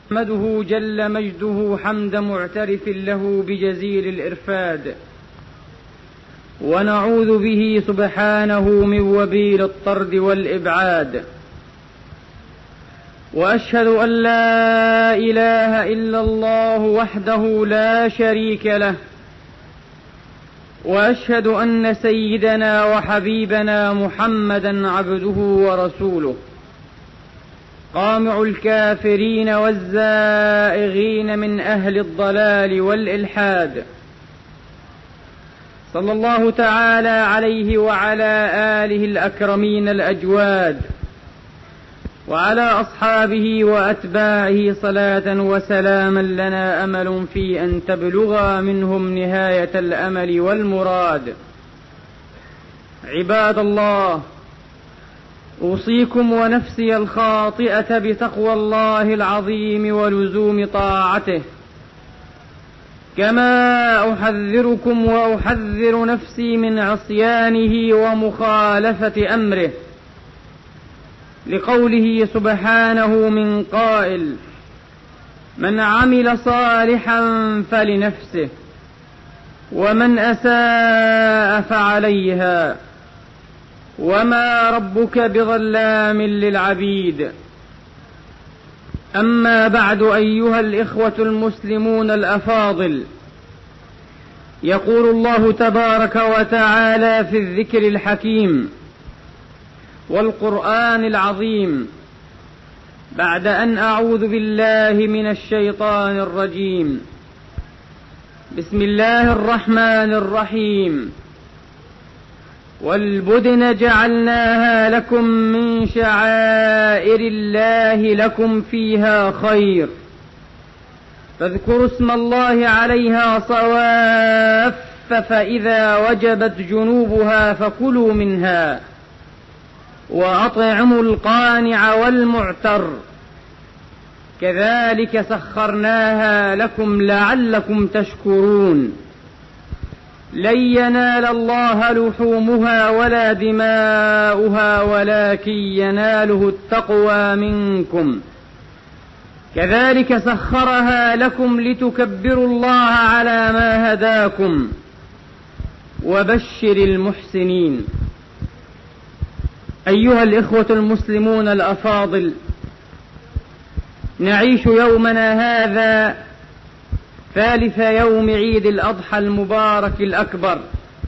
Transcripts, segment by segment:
نحمده جل مجده حمد معترف له بجزيل الإرفاد، ونعوذ به سبحانه من وبيل الطرد والإبعاد، وأشهد أن لا إله إلا الله وحده لا شريك له، وأشهد أن سيدنا وحبيبنا محمدا عبده ورسوله، قامع الكافرين والزائغين من أهل الضلال والإلحاد، صلى الله تعالى عليه وعلى آله الأكرمين الأجواد، وعلى أصحابه وأتباعه صلاة وسلاما لنا أمل في أن تبلغ منهم نهاية الأمل والمراد. عباد الله، أوصيكم ونفسي الخاطئة بتقوى الله العظيم ولزوم طاعته، كما أحذركم وأحذر نفسي من عصيانه ومخالفة أمره، لقوله سبحانه من قائل: من عمل صالحا فلنفسه ومن أساء فعليها وما ربك بظلام للعبيد. أما بعد، أيها الإخوة المسلمون الأفاضل، يقول الله تبارك وتعالى في الذكر الحكيم والقرآن العظيم بعد أن أعوذ بالله من الشيطان الرجيم: بسم الله الرحمن الرحيم: والبدن جعلناها لكم من شعائر الله لكم فيها خير فاذكروا اسم الله عليها صواف فإذا وجبت جنوبها فكلوا منها وأطعموا القانع والمعتر كذلك سخرناها لكم لعلكم تشكرون. لن ينال الله لحومها ولا دماؤها ولكن يناله التقوى منكم كذلك سخرها لكم لتكبروا الله على ما هداكم وبشر المحسنين. أيها الإخوة المسلمون الأفاضل، نعيش يومنا هذا ثالث يوم عيد الأضحى المبارك الأكبر،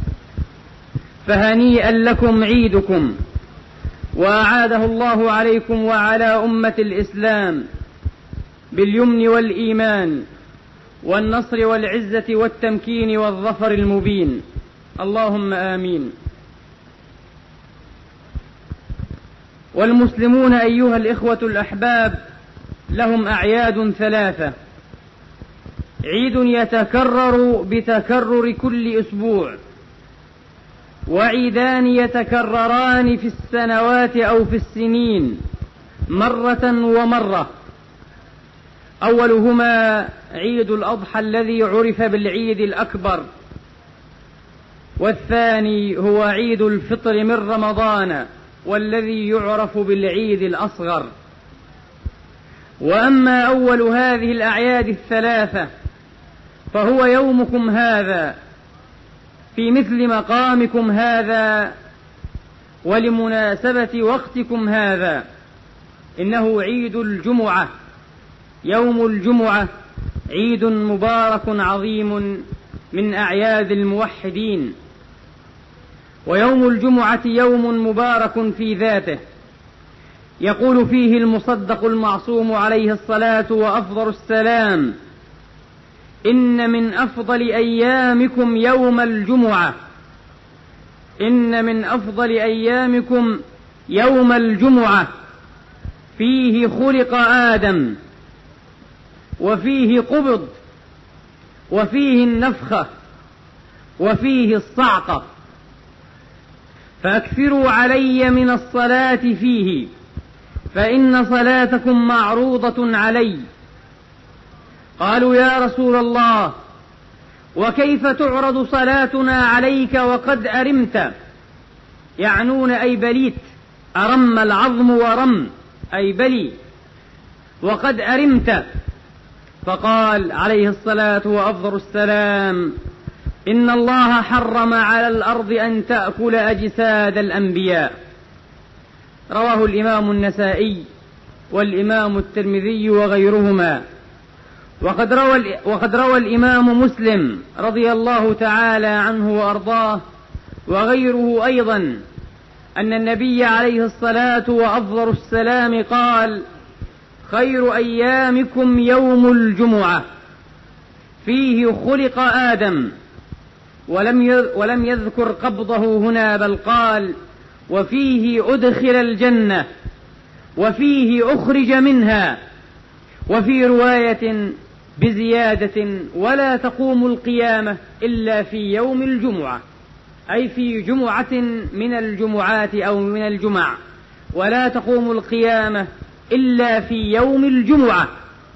فهنيئا لكم عيدكم، وأعاده الله عليكم وعلى أمة الإسلام باليمن والإيمان والنصر والعزة والتمكين والظفر المبين، اللهم آمين. والمسلمون أيها الإخوة الأحباب لهم أعياد ثلاثة: عيد يتكرر بتكرر كل أسبوع، وعيدان يتكرران في السنوات أو في السنين مرة ومرة. أولهما عيد الأضحى الذي عرف بالعيد الأكبر، والثاني هو عيد الفطر من رمضان والذي يعرف بالعيد الأصغر. وأما أول هذه الأعياد الثلاثة فهو يومكم هذا في مثل مقامكم هذا ولمناسبة وقتكم هذا، إنه عيد الجمعة. يوم الجمعة عيد مبارك عظيم من أعياد الموحدين، ويوم الجمعة يوم مبارك في ذاته، يقول فيه المصدق المعصوم عليه الصلاة وأفضل السلام: إن من أفضل أيامكم يوم الجمعة، إن من أفضل أيامكم يوم الجمعة، فيه خلق آدم وفيه قبض وفيه النفخة وفيه الصعقة، فأكثروا علي من الصلاة فيه فإن صلاتكم معروضة علي. قالوا: يا رسول الله، وكيف تعرض صلاتنا عليك وقد أرمت؟ يعنون أي بليت، أرم العظم ورم أي بلي، وقد أرمت فقال عليه الصلاة وأفضل السلام: إن الله حرم على الأرض أن تأكل أجساد الأنبياء. رواه الإمام النسائي والإمام الترمذي وغيرهما. وقد روى الإمام مسلم رضي الله تعالى عنه وأرضاه وغيره أيضا أن النبي عليه الصلاة وأفضل السلام قال: خير أيامكم يوم الجمعة، فيه خلق آدم. ولم يذكر قبضه هنا، بل قال: وفيه أدخل الجنة، وفيه أخرج منها. وفي رواية بزيادة: ولا تقوم القيامة إلا في يوم الجمعة، أي في جمعة من الجمعات أو من الجمع، ولا تقوم القيامة إلا في يوم الجمعة.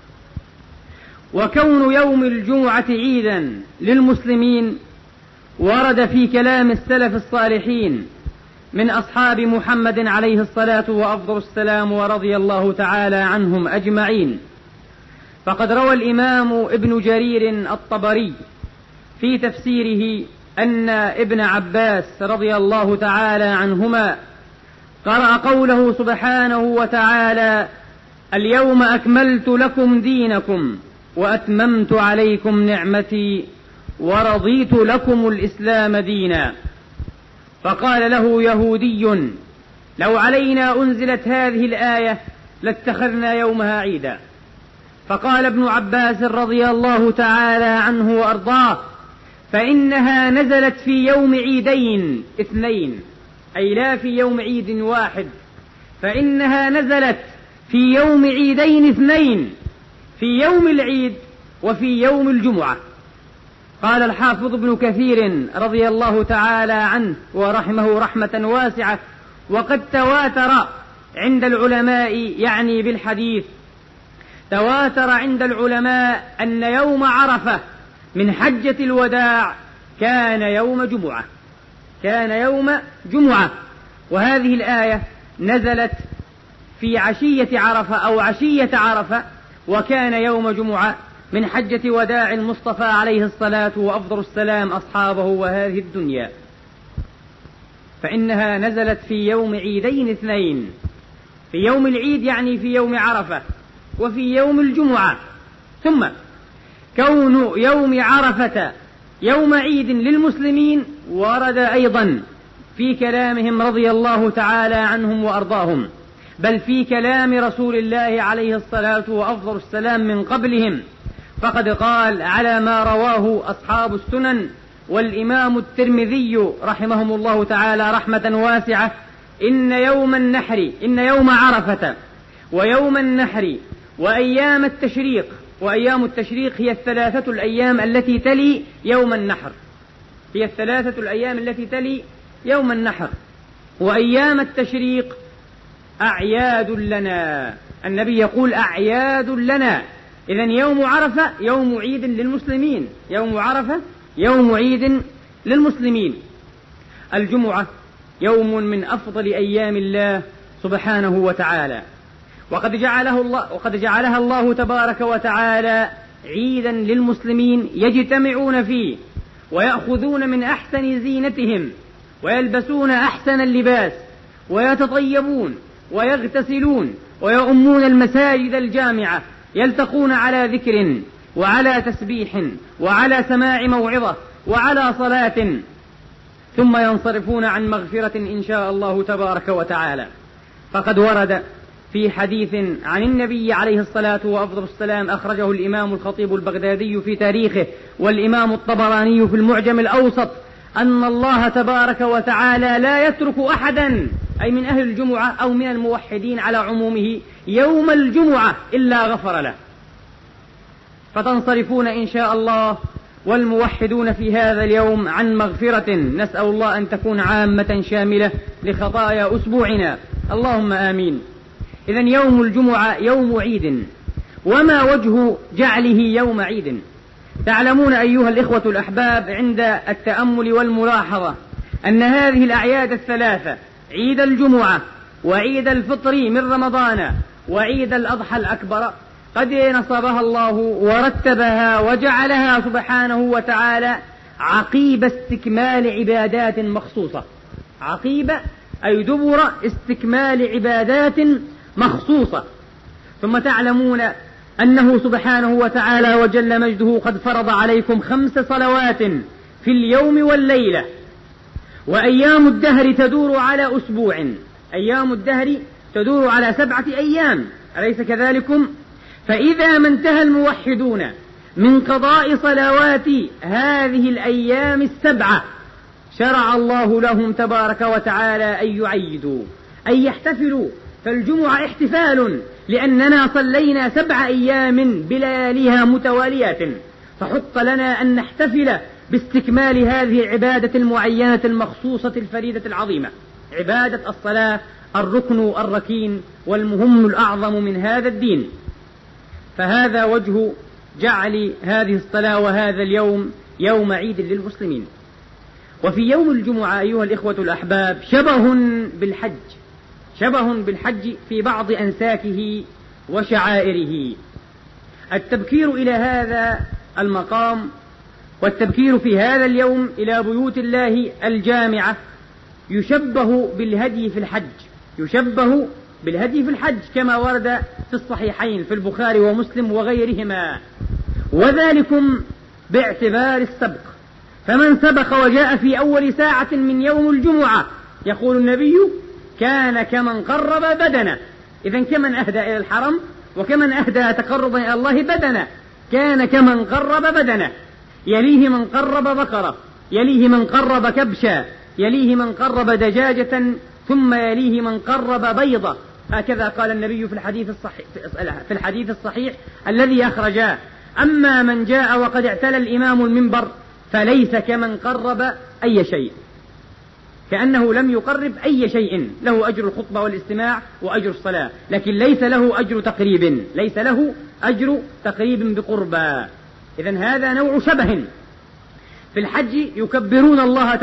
وكون يوم الجمعة عيدا للمسلمين ورد في كلام السلف الصالحين من أصحاب محمد عليه الصلاة وأفضل السلام ورضي الله تعالى عنهم أجمعين. فقد روى الإمام ابن جرير الطبري في تفسيره أن ابن عباس رضي الله تعالى عنهما قرأ قوله سبحانه وتعالى: اليوم أكملت لكم دينكم وأتممت عليكم نعمتي ورضيت لكم الإسلام دينا. فقال له يهودي: لو علينا أنزلت هذه الآية لاتخذنا يومها عيدا. فقال ابن عباس رضي الله تعالى عنه وأرضاه: فإنها نزلت في يوم عيدين اثنين، أي لا في يوم عيد واحد، فإنها نزلت في يوم عيدين اثنين، في يوم العيد وفي يوم الجمعة. قال الحافظ ابن كثير رضي الله تعالى عنه ورحمه رحمة واسعة: وقد تواتر عند العلماء، يعني بالحديث، تواتر عند العلماء أن يوم عرفة من حجة الوداع كان يوم جمعة، كان يوم جمعة. وهذه الآية نزلت في عشية عرفة أو عشية عرفة، وكان يوم جمعة من حجة وداع المصطفى عليه الصلاة وأفضل السلام أصحابه وهذه الدنيا. فإنها نزلت في يوم عيدين اثنين، في يوم العيد يعني في يوم عرفة، وفي يوم الجمعة. ثم كون يوم عرفة يوم عيد للمسلمين ورد أيضا في كلامهم رضي الله تعالى عنهم وأرضاهم، بل في كلام رسول الله عليه الصلاة وأفضل السلام من قبلهم. فقد قال على ما رواه أصحاب السنن والإمام الترمذي رحمهم الله تعالى رحمة واسعة: إن يوم عرفة ويوم النحر وأيام التشريق، وأيام التشريق هي الثلاثة الأيام التي تلي يوم النحر، هي الثلاثة الأيام التي تلي يوم النحر، وأيام التشريق أعياد لنا. النبي يقول: أعياد لنا. إذن يوم عرفة يوم عيد للمسلمين، يوم عرفة يوم عيد للمسلمين. الجمعة يوم من أفضل أيام الله سبحانه وتعالى، وقد جعلها الله تبارك وتعالى عيدا للمسلمين يجتمعون فيه ويأخذون من أحسن زينتهم ويلبسون أحسن اللباس ويتطيبون ويغتسلون ويؤمون المساجد الجامعة، يلتقون على ذكر وعلى تسبيح وعلى سماع موعظة وعلى صلاة، ثم ينصرفون عن مغفرة إن شاء الله تبارك وتعالى. فقد ورد في حديث عن النبي عليه الصلاة وأفضل السلام أخرجه الإمام الخطيب البغدادي في تاريخه والإمام الطبراني في المعجم الأوسط أن الله تبارك وتعالى لا يترك أحدا، أي من أهل الجمعة أو من الموحدين على عمومه، يوم الجمعة إلا غفر له. فتنصرفون إن شاء الله والموحدون في هذا اليوم عن مغفرة، نسأل الله أن تكون عامة شاملة لخطايا أسبوعنا، اللهم آمين. إذن يوم الجمعة يوم عيد. وما وجه جعله يوم عيد؟ تعلمون أيها الإخوة الأحباب عند التأمل والملاحظة أن هذه الأعياد الثلاثة، عيد الجمعة وعيد الفطر من رمضان وعيد الأضحى الأكبر، قد نصبها الله ورتبها وجعلها سبحانه وتعالى عقيب استكمال عبادات مخصوصة. عقيب أي دبر استكمال عبادات مخصوصة. ثم تعلمون أنه سبحانه وتعالى وجل مجده قد فرض عليكم 5 صلوات في اليوم والليلة، وأيام الدهر تدور على أسبوع، أيام الدهر تدور على 7 أيام، أليس كذلكم؟ فإذا ما انتهى الموحدون من قضاء صلوات هذه الأيام 7 شرع الله لهم تبارك وتعالى أن يعيدوا، أن يحتفلوا. فالجمعة احتفال لأننا صلينا 7 أيام بلياليها متواليات، فحق لنا أن نحتفل باستكمال هذه العبادة المعينة المخصوصة الفريدة العظيمة، عبادة الصلاة، الركن الركين والمهم الأعظم من هذا الدين. فهذا وجه جعل هذه الصلاة وهذا اليوم يوم عيد للمسلمين. وفي يوم الجمعة أيها الإخوة الأحباب شبه بالحج في بعض أنساكه وشعائره. التبكير إلى هذا المقام والتبكير في هذا اليوم إلى بيوت الله الجامعة يشبه بالهدي في الحج كما ورد في الصحيحين في البخاري ومسلم وغيرهما، وذلكم باعتبار السبق. فمن سبق وجاء في أول ساعة من يوم الجمعة يقول النبي كان كمن قرب بدنه. إذن كمن أهدى إلى الحرم وكمن أهدى تقربا إلى الله بدنه، كان كمن قرب بدنه، يليه من قرب بقرة، يليه من قرب كبشا، يليه من قرب دجاجة، ثم يليه من قرب بيضة. هكذا قال النبي في الحديث الصحيح الذي أخرجاه. أما من جاء وقد اعتلى الإمام المنبر فليس كمن قرب أي شيء، كأنه لم يقرب أي شيء، له أجر الخطبة والاستماع وأجر الصلاة، لكن ليس له أجر تقريب بقربى. إذن هذا نوع شبه. في الحج يكبرون الله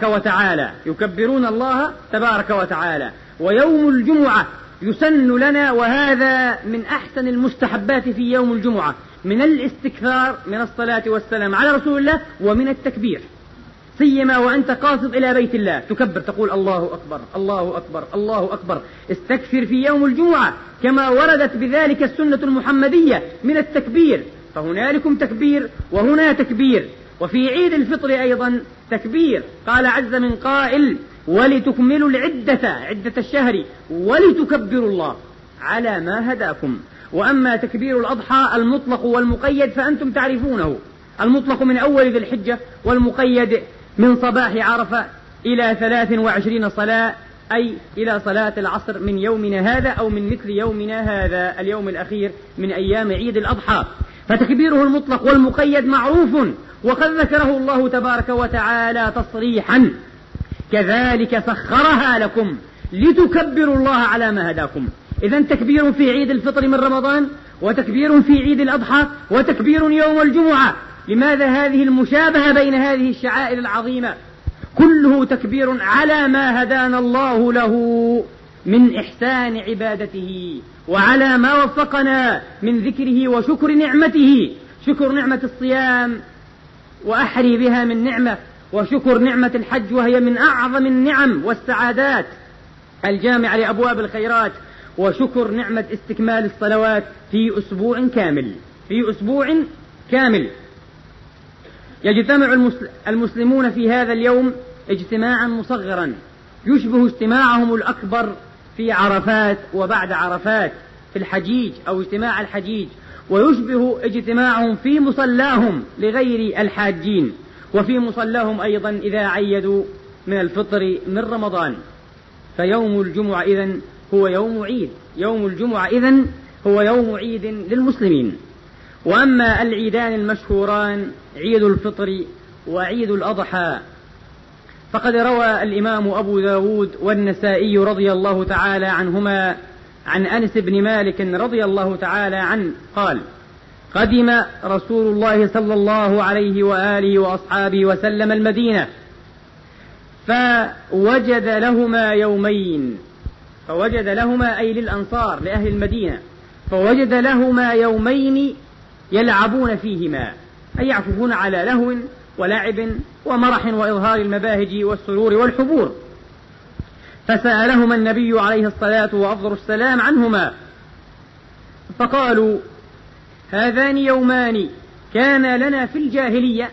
تبارك وتعالى، ويوم الجمعة يسن لنا، وهذا من أحسن المستحبات في يوم الجمعة، من الاستكثار من الصلاة والسلام على رسول الله ومن التكبير، سيما وأنت قاصد إلى بيت الله تكبر، تقول الله أكبر الله أكبر الله أكبر. استكثر في يوم الجمعة كما وردت بذلك السنة المحمدية من التكبير، فهنالكم تكبير وهنا تكبير. وفي عيد الفطر أيضا تكبير، قال عز من قائل ولتكملوا عدة الشهر ولتكبروا الله على ما هداكم. وأما تكبير الأضحى المطلق والمقيد فأنتم تعرفونه، المطلق من أول ذي الحجة، والمقيد من صباح عرفة إلى 23 صلاة، أي إلى صلاة العصر من يومنا هذا أو من مثل يومنا هذا اليوم الأخير من أيام عيد الأضحى. فتكبيره المطلق والمقيد معروف، وقد ذكره الله تبارك وتعالى تصريحا، كذلك سخرها لكم لتكبروا الله على ما هداكم. إذن تكبير في عيد الفطر من رمضان، وتكبير في عيد الأضحى، وتكبير يوم الجمعة. لماذا هذه المشابهة بين هذه الشعائر العظيمة؟ كله تكبير على ما هدانا الله له من إحسان عبادته، وعلى ما وفقنا من ذكره وشكر نعمته، شكر نعمة الصيام وأحري بها من نعمة، وشكر نعمة الحج وهي من أعظم النعم والسعادات الجامعة لأبواب الخيرات، وشكر نعمة استكمال الصلوات في أسبوع كامل. يجتمع المسلمون في هذا اليوم اجتماعا مصغرا يشبه اجتماعهم الأكبر في عرفات وبعد عرفات في الحجيج أو اجتماع الحجيج، ويشبه اجتماعهم في مصلاهم لغير الحاجين، وفي مصلاهم أيضا إذا عيدوا من الفطر من رمضان. فيوم الجمعة إذن هو يوم عيد، يوم الجمعة إذن هو يوم عيد للمسلمين. وأما العيدان المشهوران عيد الفطر وعيد الأضحى فقد روى الإمام أبو داود والنسائي رضي الله تعالى عنهما عن أنس بن مالك رضي الله تعالى عنه قال: قدم رسول الله صلى الله عليه وآله وأصحابه وسلم المدينة فوجد لهما يومين، فوجد لهما أي للأنصار لأهل المدينة، فوجد لهما يومين يلعبون فيهما، أي يعكفون على لهو ولعب ومرح وإظهار المباهج والسرور والحبور. فسألهما النبي عليه الصلاة وأفضل السلام عنهما، فقالوا: هذان يومان كان لنا في الجاهلية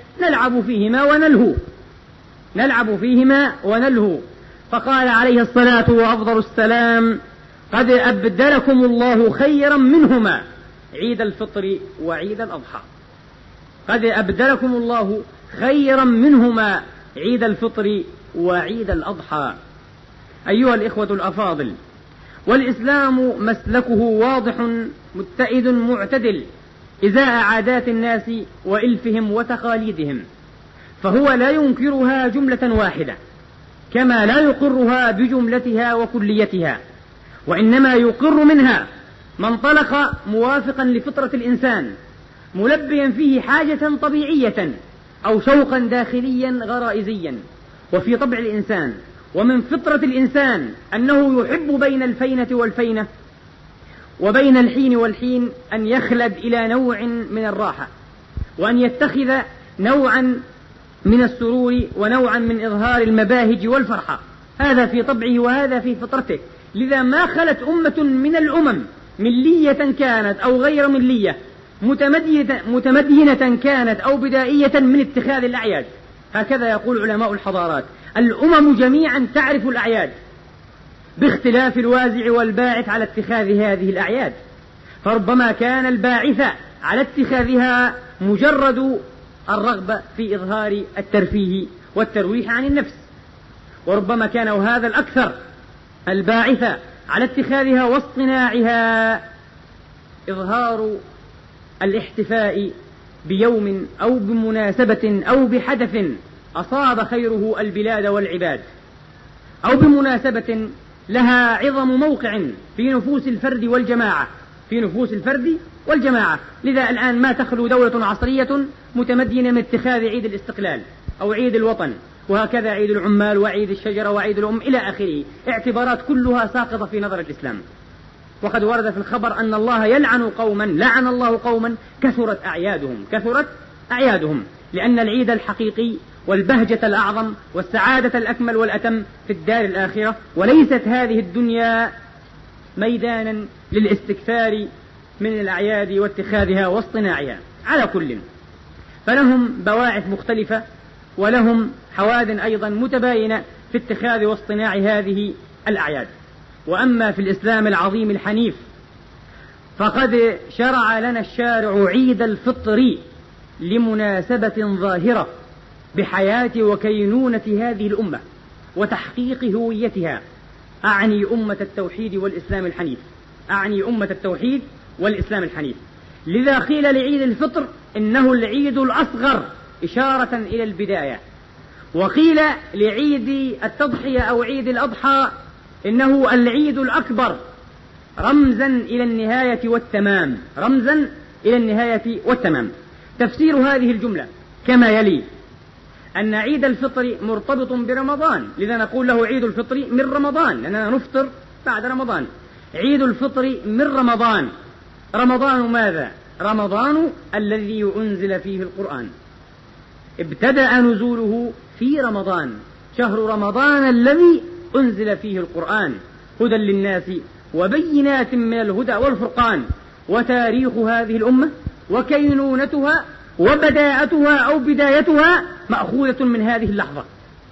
نلعب فيهما ونلهو. فقال عليه الصلاة وأفضل السلام: قد أبدلكم الله خيرا منهما عيد الفطر وعيد الأضحى. قد أبدلكم الله خيرا منهما عيد الفطر وعيد الأضحى. أيها الإخوة الأفاضل، والإسلام مسلكه واضح متئد معتدل إزاء عادات الناس وإلفهم وتقاليدهم، فهو لا ينكرها جملة واحدة كما لا يقرها بجملتها وكليتها، وإنما يقر منها ما انطلق موافقا لفطرة الإنسان ملبيا فيه حاجة طبيعية أو شوقا داخليا غرائزيا. وفي طبع الإنسان ومن فطرة الإنسان أنه يحب بين الفينة والفينة وبين الحين والحين أن يخلد إلى نوع من الراحة، وأن يتخذ نوعا من السرور ونوعا من إظهار المباهج والفرحة. هذا في طبعه وهذا في فطرته. لذا ما خلت أمة من الأمم، ملية كانت أو غير ملية، متمدينة كانت أو بدائية، من اتخاذ الأعياد. هكذا يقول علماء الحضارات: الأمم جميعا تعرف الأعياد باختلاف الوازع والباعث على اتخاذ هذه الأعياد، فربما كان الباعث على اتخاذها مجرد الرغبة في إظهار الترفيه والترويح عن النفس، وربما كان وهذا الأكثر الباعث على اتخاذها واصطناعها إظهار الاحتفاء بيوم أو بمناسبة أو بحدث أصاب خيره البلاد والعباد، أو بمناسبة لها عظم موقع في نفوس الفرد والجماعة. لذا الآن ما تخلو دولة عصرية متمدنة من اتخاذ عيد الاستقلال أو عيد الوطن، وهكذا عيد العمال وعيد الشجرة وعيد الأم إلى آخره، اعتبارات كلها ساقطة في نظر الإسلام. وقد ورد في الخبر أن الله لعن الله قوما كثرت أعيادهم، لأن العيد الحقيقي والبهجة الأعظم والسعادة الأكمل والأتم في الدار الآخرة، وليست هذه الدنيا ميدانا للاستكثار من الأعياد واتخاذها واصطناعها. على كل، فلهم بواعث مختلفة ولهم حواد أيضا متباينة في اتخاذ واصطناع هذه الأعياد. وأما في الإسلام العظيم الحنيف فقد شرع لنا الشارع عيد الفطر لمناسبة ظاهرة بحياة وكينونة هذه الأمة وتحقيق هويتها. أعني أمة التوحيد والإسلام الحنيف. لذا قيل لعيد الفطر إنه العيد الأصغر إشارة إلى البداية، وقيل لعيد التضحية أو عيد الأضحى إنه العيد الأكبر رمزا إلى النهاية والتمام. تفسير هذه الجملة كما يلي: أن عيد الفطر مرتبط برمضان، لذا نقول له عيد الفطر من رمضان، لأننا نفطر بعد رمضان. عيد الفطر من رمضان. رمضان ماذا؟ رمضان الذي أنزل فيه القرآن، ابتدأ نزوله في رمضان، شهر رمضان الذي أنزل فيه القرآن هدى للناس وبينات من الهدى والفرقان. وتاريخ هذه الأمة وكينونتها وبداءتها أو بدايتها مأخوذة من هذه اللحظة،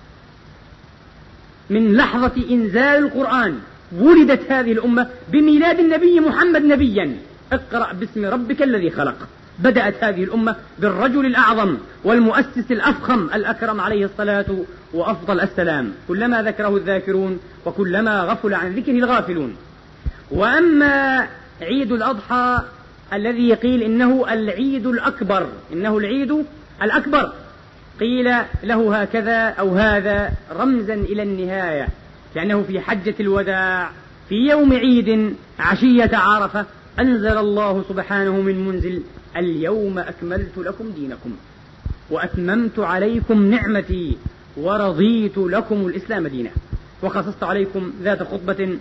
من لحظة إنزال القرآن. ولدت هذه الأمة بميلاد النبي محمد نبيا، اقرأ باسم ربك الذي خلق. بدأت هذه الأمة بالرجل الأعظم والمؤسس الأفخم الأكرم عليه الصلاة وأفضل السلام، كلما ذكره الذاكرون وكلما غفل عن ذكره الغافلون. وأما عيد الأضحى الذي قيل إنه العيد الأكبر، قيل له هكذا أو هذا رمزا إلى النهاية، لأنه في حجة الوداع في يوم عيد عشية عرفة أنزل الله سبحانه من منزل: اليوم أكملت لكم دينكم وأتممت عليكم نعمتي ورضيت لكم الإسلام دينا. وقصصت عليكم ذات خطبة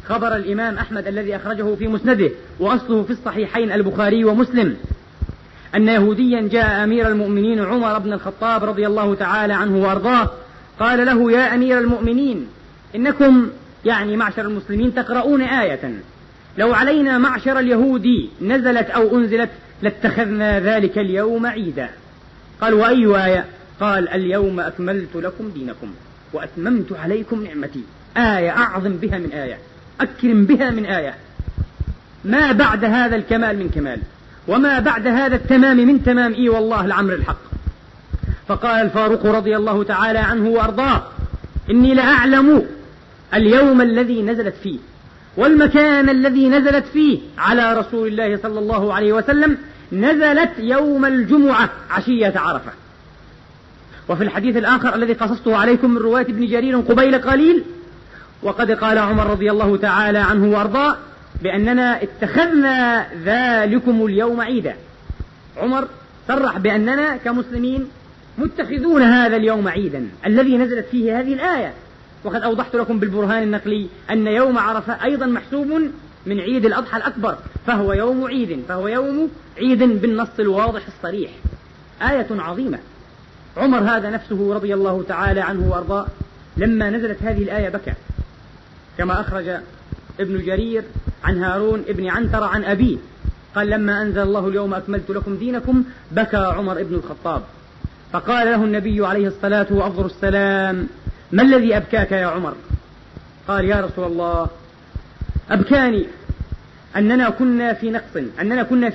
خبر الإمام أحمد الذي أخرجه في مسنده وأصله في الصحيحين البخاري ومسلم أن يهوديا جاء أمير المؤمنين عمر بن الخطاب رضي الله تعالى عنه وأرضاه قال له: يا أمير المؤمنين، إنكم يعني معشر المسلمين تقرؤون آية لو علينا معشر اليهود نزلت أو أنزلت لاتخذنا ذلك اليوم عيدا. قال: وأي آية؟ قال: اليوم أكملت لكم دينكم وأتممت عليكم نعمتي. آية أعظم بها من آية، أكرم بها من آية، ما بعد هذا الكمال من كمال، وما بعد هذا التمام من تمام، إي والله العمر الحق. فقال الفاروق رضي الله تعالى عنه وأرضاه: إني لأعلم اليوم الذي نزلت فيه والمكان الذي نزلت فيه على رسول الله صلى الله عليه وسلم، نزلت يوم الجمعة عشية عرفة. وفي الحديث الآخر الذي قصصته عليكم من رواية ابن جرير قبيل قليل: وقد قال عمر رضي الله تعالى عنه وأرضاه بأننا اتخذنا ذلكم اليوم عيدا. عمر صرح بأننا كمسلمين متخذون هذا اليوم عيدا الذي نزلت فيه هذه الآية. وقد أوضحت لكم بالبرهان النقلي أن يوم عرفة أيضا محسوب من عيد الأضحى الأكبر، فهو يوم عيد بالنص الواضح الصريح. آية عظيمة. عمر هذا نفسه رضي الله تعالى عنه وأرضاه لما نزلت هذه الآية بكى، كما أخرج ابن جرير عن هارون ابن عنتر عن أبيه قال: لما أنزل الله اليوم أكملت لكم دينكم بكى عمر ابن الخطاب، فقال له النبي عليه الصلاة وأفضل السلام: ما الذي أبكاك يا عمر؟ قال: يا رسول الله، أبكاني أننا كنا في نقص، أننا كنا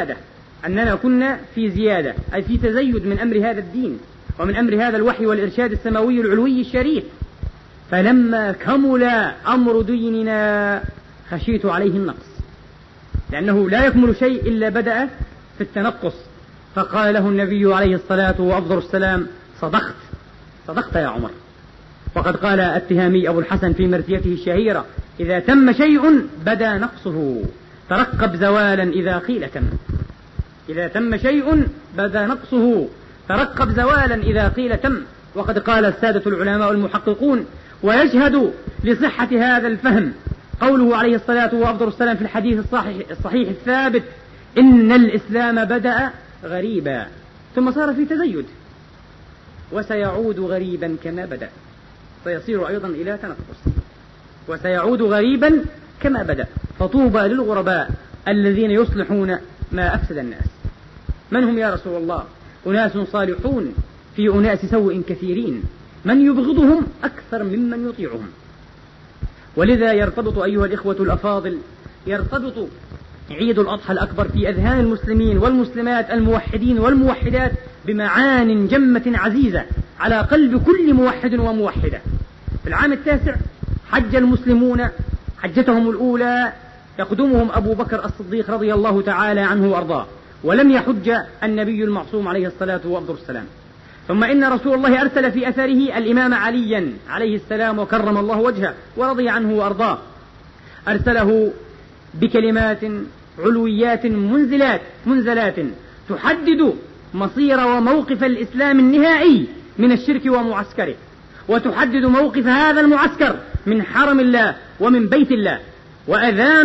في زيادة أي في تزيد من أمر هذا الدين ومن أمر هذا الوحي والإرشاد السماوي العلوي الشريف، فلما كمل أمر ديننا خشيت عليه النقص، لأنه لا يكمل شيء إلا بدأ في التنقص. فقال له النبي عليه الصلاة وأفضل السلام: صدقت يا عمر. وقد قال التهامي أبو الحسن في مرثيته الشهيرة: إذا تم شيء بدا نقصه، ترقب زوالا إذا قيل تم. إذا تم شيء بدا نقصه، ترقب زوالا إذا قيل تم. وقد قال السادة العلماء المحققون: ويشهد لصحة هذا الفهم قوله عليه الصلاة وأفضل السلام في الحديث الصحيح الثابت: إن الإسلام بدأ غريبا ثم صار في تزيد، وسيعود غريبا كما بدأ، فيصير أيضا إلى تنقص، وسيعود غريبا كما بدأ. فطوبى للغرباء الذين يصلحون ما أفسد الناس. من هم يا رسول الله؟ أناس صالحون في أناس سوء كثيرين، من يبغضهم أكثر ممن يطيعهم. ولذا يرتبط أيها الإخوة الأفاضل، يرتبط عيد الأضحى الأكبر في أذهان المسلمين والمسلمات الموحدين والموحدات بمعان جمة عزيزة على قلب كل موحد وموحدة. في العام 9 حج المسلمون حجتهم الأولى، يقدمهم أبو بكر الصديق رضي الله تعالى عنه وأرضاه، ولم يحج النبي المعصوم عليه الصلاة وأفضل السلام. ثم إن رسول الله أرسل في أثره الإمام عليا عليه السلام وكرم الله وجهه ورضي عنه وأرضاه، أرسله بكلمات علويات منزلات تحدد مصير وموقف الإسلام النهائي من الشرك ومعسكره، وتحدد موقف هذا المعسكر من حرم الله ومن بيت الله. وأذان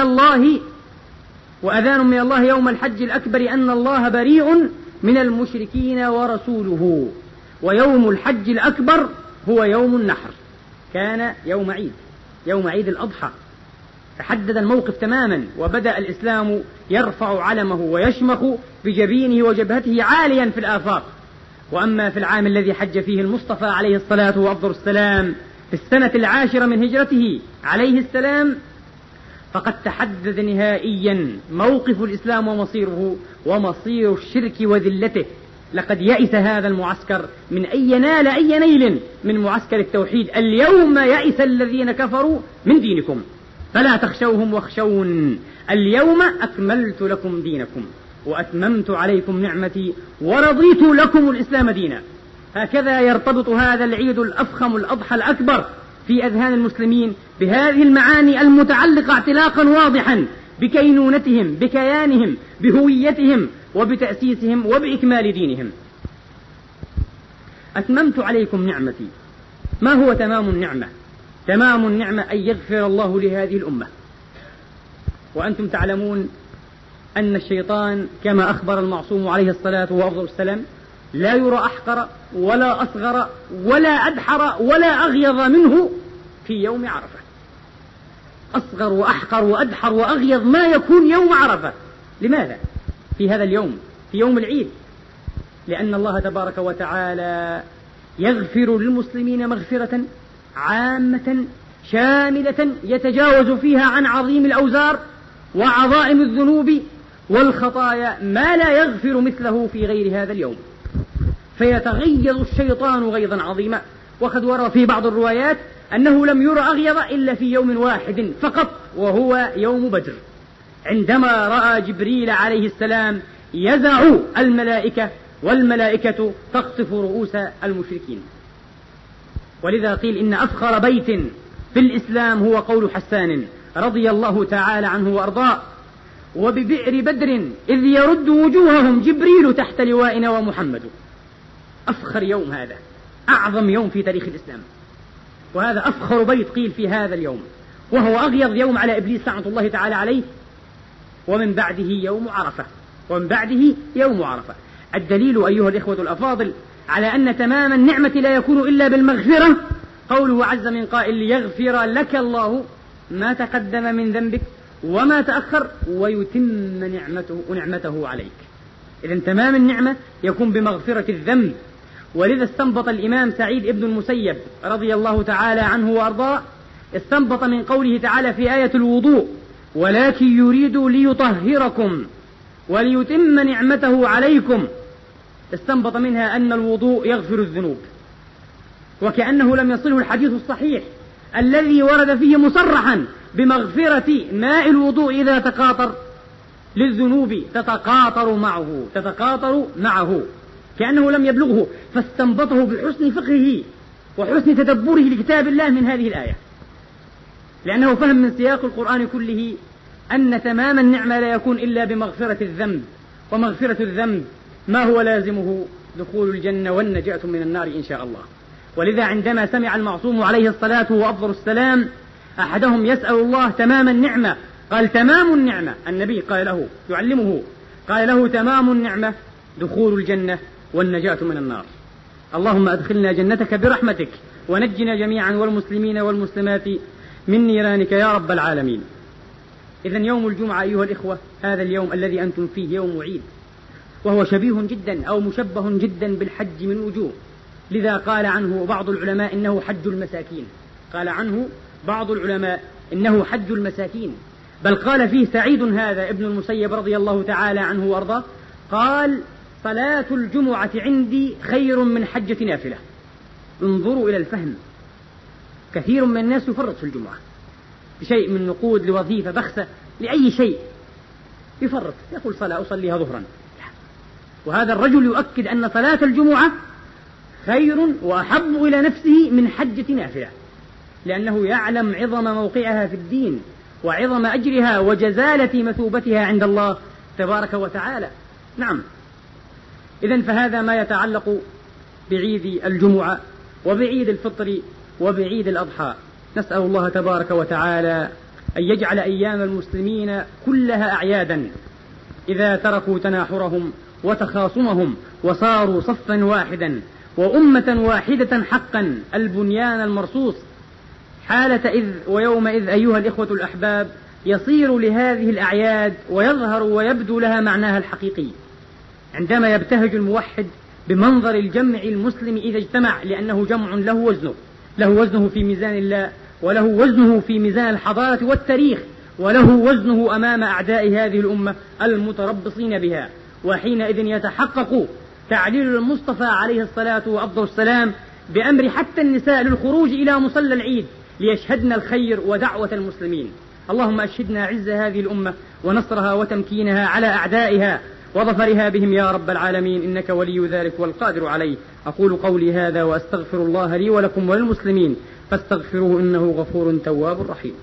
من الله يوم الحج الأكبر أن الله بريء من المشركين ورسوله. ويوم الحج الأكبر هو يوم النحر، كان يوم عيد الأضحى، تحدد الموقف تماما، وبدأ الإسلام يرفع علمه ويشمخ بجبينه وجبهته عاليا في الآفاق. وأما في العام الذي حج فيه المصطفى عليه الصلاة وأفضل السلام في السنة 10 من هجرته عليه السلام، فقد تحدد نهائيا موقف الإسلام ومصيره ومصير الشرك وذلته. لقد يئس هذا المعسكر من أن ينال أي نيل من معسكر التوحيد. اليوم يئس الذين كفروا من دينكم فلا تخشوهم واخشون، اليوم أكملت لكم دينكم وأتممت عليكم نعمتي ورضيت لكم الإسلام دينا. هكذا يرتبط هذا العيد الأفخم الأضحى الأكبر في أذهان المسلمين بهذه المعاني المتعلقة اعتلاقا واضحا بكينونتهم، بكيانهم، بهويتهم، وبتأسيسهم، وبإكمال دينهم. أتممت عليكم نعمتي. ما هو تمام النعمة؟ تمام النعمة أن يغفر الله لهذه الأمة. وأنتم تعلمون أن الشيطان كما أخبر المعصوم عليه الصلاة والسلام لا يرى أحقر ولا أصغر ولا أدحر ولا أغيظ منه في يوم عرفة. أصغر وأحقر وأدحر وأغيظ ما يكون يوم عرفة. لماذا؟ في هذا اليوم، في يوم العيد، لأن الله تبارك وتعالى يغفر للمسلمين مغفرة عامة شاملة يتجاوز فيها عن عظيم الأوزار وعظائم الذنوب والخطايا ما لا يغفر مثله في غير هذا اليوم، فيتغيظ الشيطان غيظا عظيما. وقد ورد في بعض الروايات أنه لم ير أغيظ إلا في يوم واحد فقط، وهو يوم بدر، عندما رأى جبريل عليه السلام يزع الملائكة والملائكة تقطف رؤوس المشركين. ولذا قيل إن أفخر بيت في الإسلام هو قول حسان رضي الله تعالى عنه وأرضاه: وببئر بدر إذ يرد وجوههم جبريل تحت لوائنا ومحمد. أفخر يوم هذا، أعظم يوم في تاريخ الإسلام، وهذا أفخر بيت قيل في هذا اليوم، وهو أغيظ يوم على إبليس لعنة الله تعالى عليه. ومن بعده يوم عرفة، ومن بعده يوم عرفة. الدليل أيها الإخوة الأفاضل على أن تمام النعمة لا يكون إلا بالمغفرة قوله عز من قائل: ليغفر لك الله ما تقدم من ذنبك وما تأخر ويتم نعمته عليك. إذن تمام النعمة يكون بمغفرة الذنب. ولذا استنبط الإمام سعيد ابن المسيب رضي الله تعالى عنه وأرضاه، استنبط من قوله تعالى في آية الوضوء: ولكن يريد ليطهركم وليتم نعمته عليكم، استنبط منها أن الوضوء يغفر الذنوب، وكأنه لم يصله الحديث الصحيح الذي ورد فيه مصرحا بمغفرة ماء الوضوء إذا تقاطر للذنوب تتقاطر معه، كأنه لم يبلغه، فاستنبطه بحسن فقهه وحسن تدبره لكتاب الله من هذه الآية، لأنه فهم من سياق القرآن كله أن تمام النعمة لا يكون إلا بمغفرة الذنب، ومغفرة الذنب ما هو لازمه؟ دخول الجنة والنجاة من النار إن شاء الله. ولذا عندما سمع المعصوم عليه الصلاة وأفضل السلام أحدهم يسأل الله تمام النعمة، قال: تمام النعمة، النبي قال له يعلمه، قال له: تمام النعمة دخول الجنة والنجاة من النار. اللهم أدخلنا جنتك برحمتك ونجنا جميعا والمسلمين والمسلمات من نيرانك يا رب العالمين. إذن يوم الجمعة أيها الإخوة، هذا اليوم الذي أنتم فيه يوم عيد، وهو شبيه جدا أو مشبه جدا بالحج من وجوه. لذا قال عنه بعض العلماء إنه حج المساكين، قال عنه بعض العلماء إنه حج المساكين، بل قال فيه سعيد هذا ابن المسيب رضي الله تعالى عنه وأرضاه، قال: صلاة الجمعة عندي خير من حجة نافلة. انظروا إلى الفهم. كثير من الناس يفرط في الجمعة بشيء من نقود لوظيفة بخسة لأي شيء، يفرط، يقول صلاة أصليها ظهرا، وهذا الرجل يؤكد أن صلاة الجمعة خير وأحب إلى نفسه من حجة نافلة، لأنه يعلم عظم موقعها في الدين وعظم أجرها وجزالة مثوبتها عند الله تبارك وتعالى. نعم، إذن فهذا ما يتعلق بعيد الجمعة وبعيد الفطر وبعيد الأضحى. نسأل الله تبارك وتعالى أن يجعل أيام المسلمين كلها أعيادا إذا تركوا تناحرهم وتخاصمهم وصاروا صفا واحدا وأمة واحدة حقا، البنيان المرصوص. حالة إذ ويومئذ أيها الإخوة الأحباب يصير لهذه الأعياد ويظهر ويبدو لها معناها الحقيقي، عندما يبتهج الموحد بمنظر الجمع المسلم إذا اجتمع، لأنه جمع له وزنه في ميزان الله، وله وزنه في ميزان الحضارة والتاريخ، وله وزنه أمام أعداء هذه الأمة المتربصين بها. وحينئذ يتحقق تعليل المصطفى عليه الصلاة وأفضل السلام بأمر حتى النساء للخروج إلى مصلى العيد ليشهدن الخير ودعوة المسلمين. اللهم أشهدنا عز هذه الأمة ونصرها وتمكينها على أعدائها وظفرها بهم يا رب العالمين، إنك ولي ذلك والقادر عليه. أقول قولي هذا وأستغفر الله لي ولكم وللمسلمين، فاستغفروه إنه غفور تواب رحيم.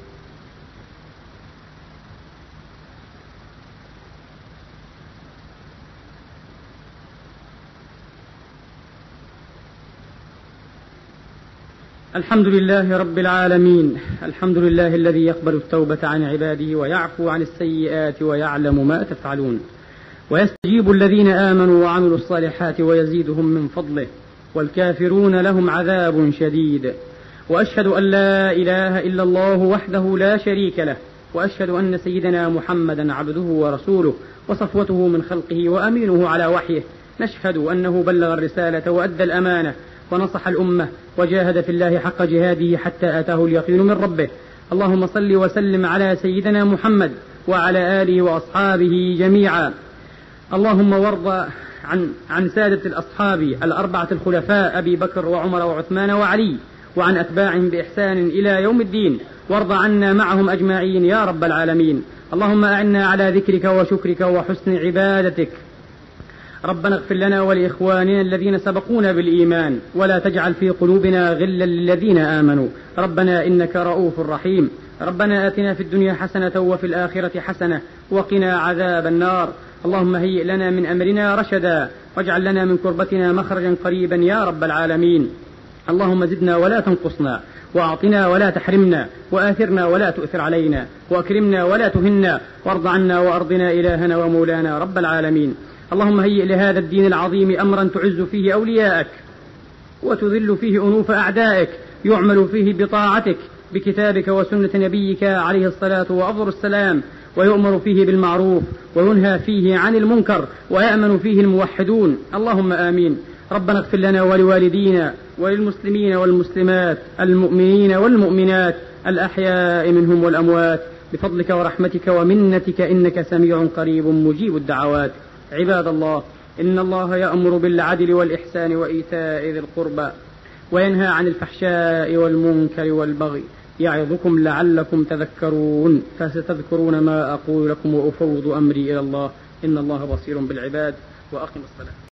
الحمد لله رب العالمين، الحمد لله الذي يقبل التوبة عن عباده ويعفو عن السيئات ويعلم ما تفعلون، ويستجيب الذين آمنوا وعملوا الصالحات ويزيدهم من فضله، والكافرون لهم عذاب شديد. وأشهد أن لا إله إلا الله وحده لا شريك له، وأشهد أن سيدنا محمدا عبده ورسوله وصفوته من خلقه وأمينه على وحيه. نشهد أنه بلغ الرسالة وأدى الأمانة ونصح الأمة وجاهد في الله حق جهاده حتى آتاه اليقين من ربه. اللهم صل وسلم على سيدنا محمد وعلى آله وأصحابه جميعا. اللهم وارض عن سادة الأصحاب الأربعة الخلفاء أبي بكر وعمر وعثمان وعلي، وعن أتباعهم بإحسان إلى يوم الدين، وارض عنا معهم أجمعين يا رب العالمين. اللهم أعنا على ذكرك وشكرك وحسن عبادتك. ربنا اغفر لنا ولإخواننا الذين سبقونا بالإيمان، ولا تجعل في قلوبنا غلا للذين آمنوا. ربنا إنك رؤوف رحيم. ربنا آتنا في الدنيا حسنة وفي الآخرة حسنة وقنا عذاب النار. اللهم هيئ لنا من أمرنا رشدا، واجعل لنا من كربتنا مخرجا قريبا يا رب العالمين. اللهم زدنا ولا تنقصنا، وأعطنا ولا تحرمنا، وآثرنا ولا تؤثر علينا، وأكرمنا ولا تهنا، وارض عنا وأرضنا إلهنا ومولانا رب العالمين. اللهم هيئ لهذا الدين العظيم أمرا تعز فيه أولياءك وتذل فيه أنوف أعدائك، يعمل فيه بطاعتك بكتابك وسنة نبيك عليه الصلاة وأفضل السلام، ويؤمر فيه بالمعروف وينهى فيه عن المنكر، ويأمن فيه الموحدون. اللهم آمين. ربنا اغفر لنا ولوالدينا وللمسلمين والمسلمات، المؤمنين والمؤمنات، الأحياء منهم والأموات، بفضلك ورحمتك ومنتك، إنك سميع قريب مجيب الدعوات. عباد الله، إن الله يأمر بالعدل والإحسان وإيتاء ذي القربى، وينهى عن الفحشاء والمنكر والبغي، يعظكم لعلكم تذكرون. فستذكرون ما أقول لكم، وأفوض أمري إلى الله، إن الله بصير بالعباد. وأقم الصلاة.